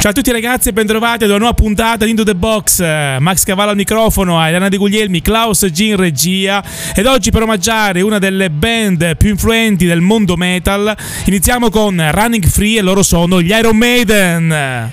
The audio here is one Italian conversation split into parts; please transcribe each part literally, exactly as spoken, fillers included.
Ciao a tutti ragazzi e bentrovati ad una nuova puntata di Into the Box. Max Cavallo al microfono, Arianna De Guglielmi, Klaus G in regia. Ed oggi, per omaggiare una delle band più influenti del mondo metal, iniziamo con Running Free e loro sono gli Iron Maiden.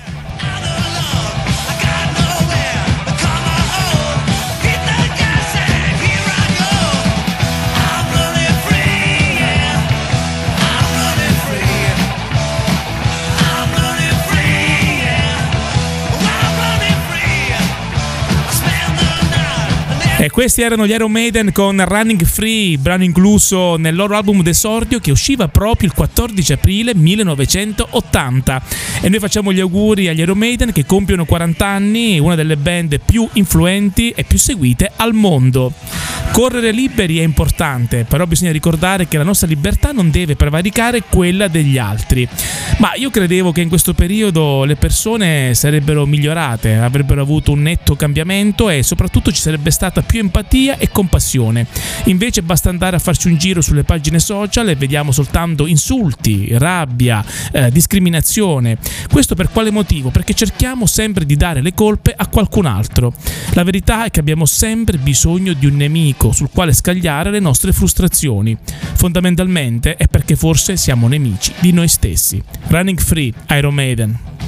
E questi erano gli Iron Maiden con Running Free, brano incluso nel loro album d'esordio che usciva proprio il quattordici aprile millenovecentottanta. E noi facciamo gli auguri agli Iron Maiden che compiono quaranta anni, una delle band più influenti e più seguite al mondo. Correre liberi è importante, però bisogna ricordare che la nostra libertà non deve prevaricare quella degli altri. Ma io credevo che in questo periodo le persone sarebbero migliorate, avrebbero avuto un netto cambiamento e soprattutto ci sarebbe stata più empatia e compassione. Invece basta andare a farci un giro sulle pagine social e vediamo soltanto insulti, rabbia, eh, discriminazione. Questo per quale motivo? Perché cerchiamo sempre di dare le colpe a qualcun altro. La verità è che abbiamo sempre bisogno di un nemico sul quale scagliare le nostre frustrazioni. Fondamentalmente è perché forse siamo nemici di noi stessi. Running Free, Iron Maiden.